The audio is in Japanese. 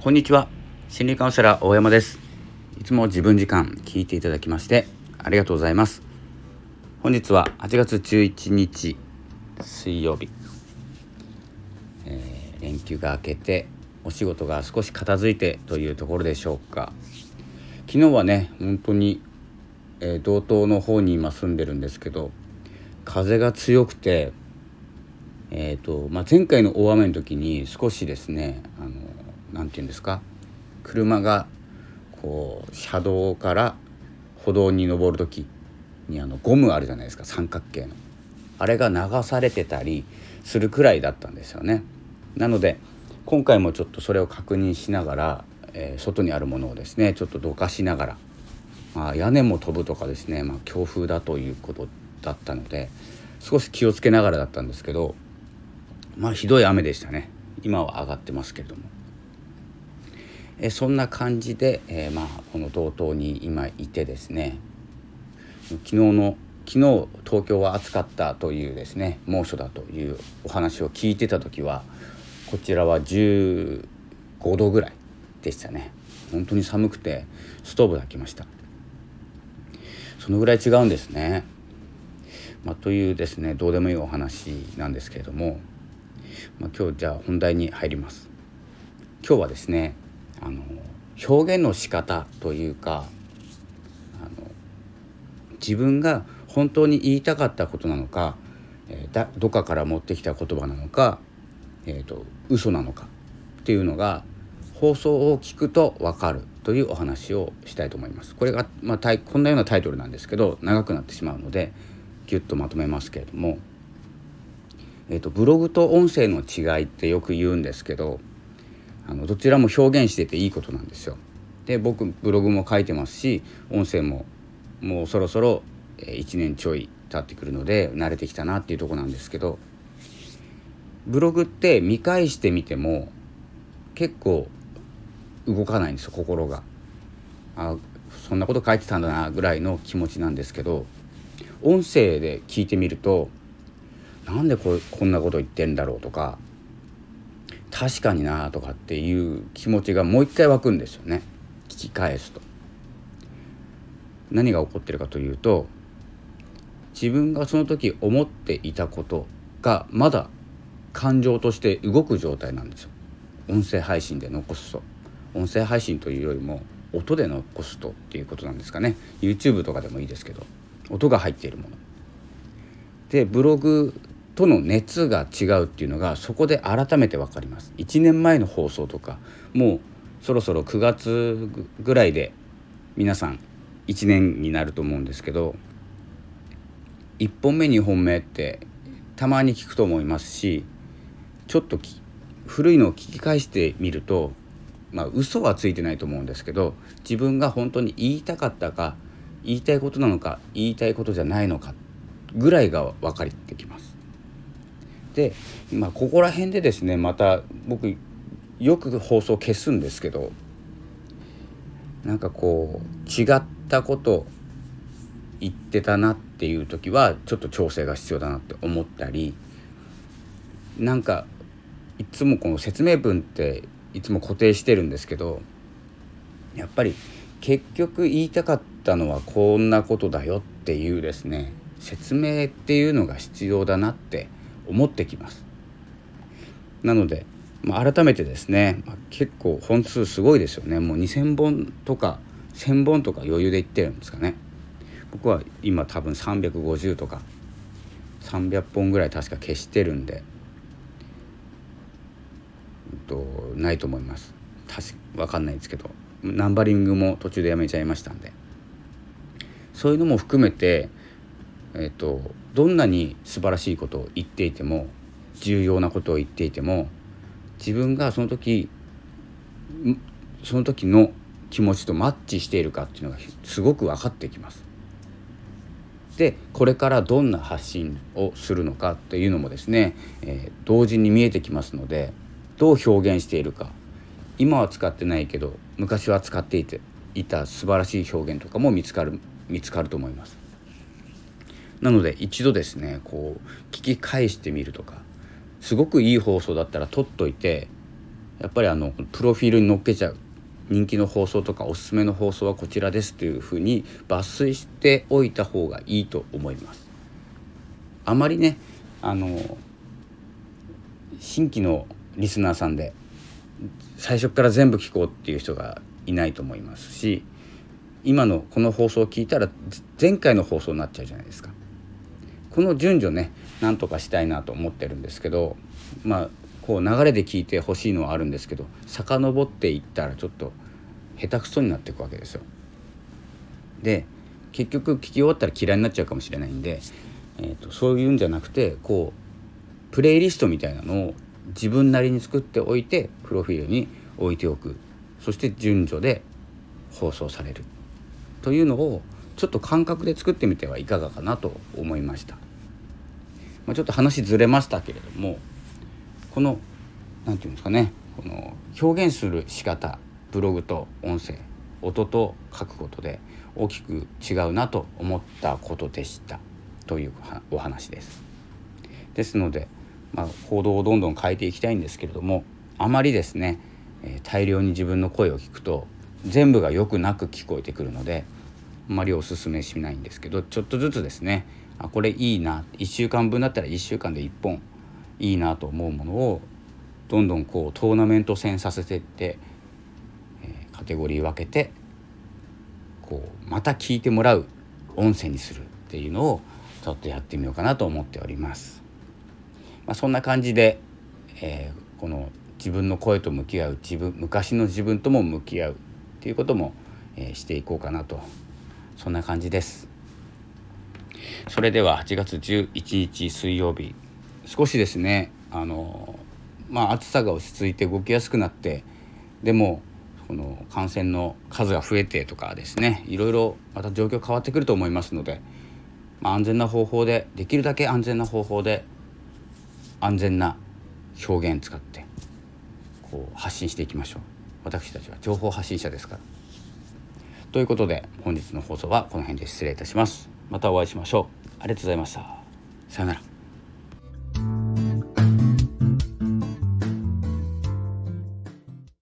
こんにちは。心理カウンセラー大山です。いつも自分時間聞いていただきましてありがとうございます。本日は8月11日水曜日、連休が明けてお仕事が少し片付いてというところでしょうか。昨日はね本当に、道東の方に今住んでるんですけど、風が強くて、前回の大雨の時に少しですねなんていうんですか、車がこう車道から歩道に登る時にゴムあるじゃないですか、三角形のあれが流されてたりするくらいだったんですよね。なので今回もちょっとそれを確認しながら、外にあるものをですねちょっとどかしながら、屋根も飛ぶとかですね、強風だということだったので少し気をつけながらだったんですけど、ひどい雨でしたね。今は上がってますけれども、そんな感じで、この道東に今いてですね、昨日東京は暑かったというですね、猛暑だというお話を聞いてた時はこちらは15度ぐらいでしたね。本当に寒くてストーブ炊きました。そのぐらい違うんですね。というですねどうでもいいお話なんですけれども、今日じゃあ本題に入ります。今日はですね表現の仕方というか、自分が本当に言いたかったことなのか、どっかから持ってきた言葉なのか、嘘なのかっていうのが放送を聞くと分かるというお話をしたいと思います。これが、こんなようなタイトルなんですけど長くなってしまうのでギュッとまとめますけれども、ブログと音声の違いってよく言うんですけど、どちらも表現してていいことなんですよ。で僕ブログも書いてますし、音声ももうそろそろ1年ちょい経ってくるので慣れてきたなっていうところなんですけど、ブログって見返してみても結構動かないんですよ、心が。そんなこと書いてたんだなぐらいの気持ちなんですけど、音声で聞いてみるとなんでこんなこと言ってんだろうとか、確かになとかっていう気持ちがもう一回湧くんですよね。聞き返すと何が起こってるかというと、自分がその時思っていたことがまだ感情として動く状態なんですよ。音声配信で残すと、音声配信というよりも音で残すとっていうことなんですかね。 YouTube とかでもいいですけど音が入っているもので、ブログとの熱が違うっていうのがそこで改めて分かります。1年前の放送とかもうそろそろ9月ぐらいで皆さん1年になると思うんですけど、1本目2本目ってたまに聞くと思いますし、ちょっと古いのを聞き返してみると、嘘はついてないと思うんですけど、自分が本当に言いたかったか、言いたいことなのか言いたいことじゃないのかぐらいが分かってきます。で、ここら辺でですね、また僕よく放送消すんですけど、違ったこと言ってたなっていう時はちょっと調整が必要だなって思ったり、いつもこの説明文っていつも固定してるんですけど、やっぱり結局言いたかったのはこんなことだよっていうですね説明っていうのが必要だなって思ってきます。なので、改めてですね、結構本数すごいですよね。もう2000本とか1000本とか余裕で言ってるんですかね。僕は今多分350とか300本ぐらい確か消してるんで、ないと思います。分かんないですけど、ナンバリングも途中でやめちゃいましたんで、そういうのも含めて、どんなに素晴らしいことを言っていても、重要なことを言っていても、自分がその時の気持ちとマッチしているかっていうのがすごく分かってきます。でこれからどんな発信をするのかっていうのもですね、同時に見えてきますので、どう表現しているか、今は使ってないけど昔は使っていた素晴らしい表現とかも見つかると思います。なので一度ですね聞き返してみるとか、すごくいい放送だったら撮っといてやっぱりプロフィールに載っけちゃう人気の放送とかおすすめの放送はこちらですというふうに抜粋しておいた方がいいと思います。あまりね新規のリスナーさんで最初から全部聞こうっていう人がいないと思いますし、今のこの放送を聞いたら前回の放送になっちゃうじゃないですか。この順序ねなんとかしたいなと思ってるんですけど、こう流れで聞いてほしいのはあるんですけど、遡っていったらちょっと下手くそになっていくわけですよ。で結局聞き終わったら嫌いになっちゃうかもしれないんで、そういうんじゃなくてこうプレイリストみたいなのを自分なりに作っておいてプロフィールに置いておく、そして順序で放送されるというのをちょっと感覚で作ってみてはいかがかなと思いました。ちょっと話ずれましたけれども、このなんていうんですかね、この表現する仕方、ブログと音声、音と書くことで大きく違うなと思ったことでしたというお話です。ですので、行動をどんどん変えていきたいんですけれども、あまりですね、大量に自分の声を聞くと全部がよくなく聞こえてくるのであまりおすすめしないんですけど、ちょっとずつですね、これいいな、1週間分だったら1週間で1本いいなと思うものをどんどんこうトーナメント戦させていって、カテゴリー分けてこうまた聞いてもらう音声にするっていうのをちょっとやってみようかなと思っております。そんな感じで、この自分の声と向き合う昔の自分とも向き合うっていうことも、していこうかなと、そんな感じです。それでは8月11日水曜日、少しですね暑さが落ち着いて動きやすくなって、でもこの感染の数が増えてとかですね、いろいろまた状況変わってくると思いますので、安全な方法で、できるだけ安全な方法で安全な表現使ってこう発信していきましょう。私たちは情報発信者ですから。ということで本日の放送はこの辺で失礼いたします。またお会いしましょう。ありがとうございました。さよなら。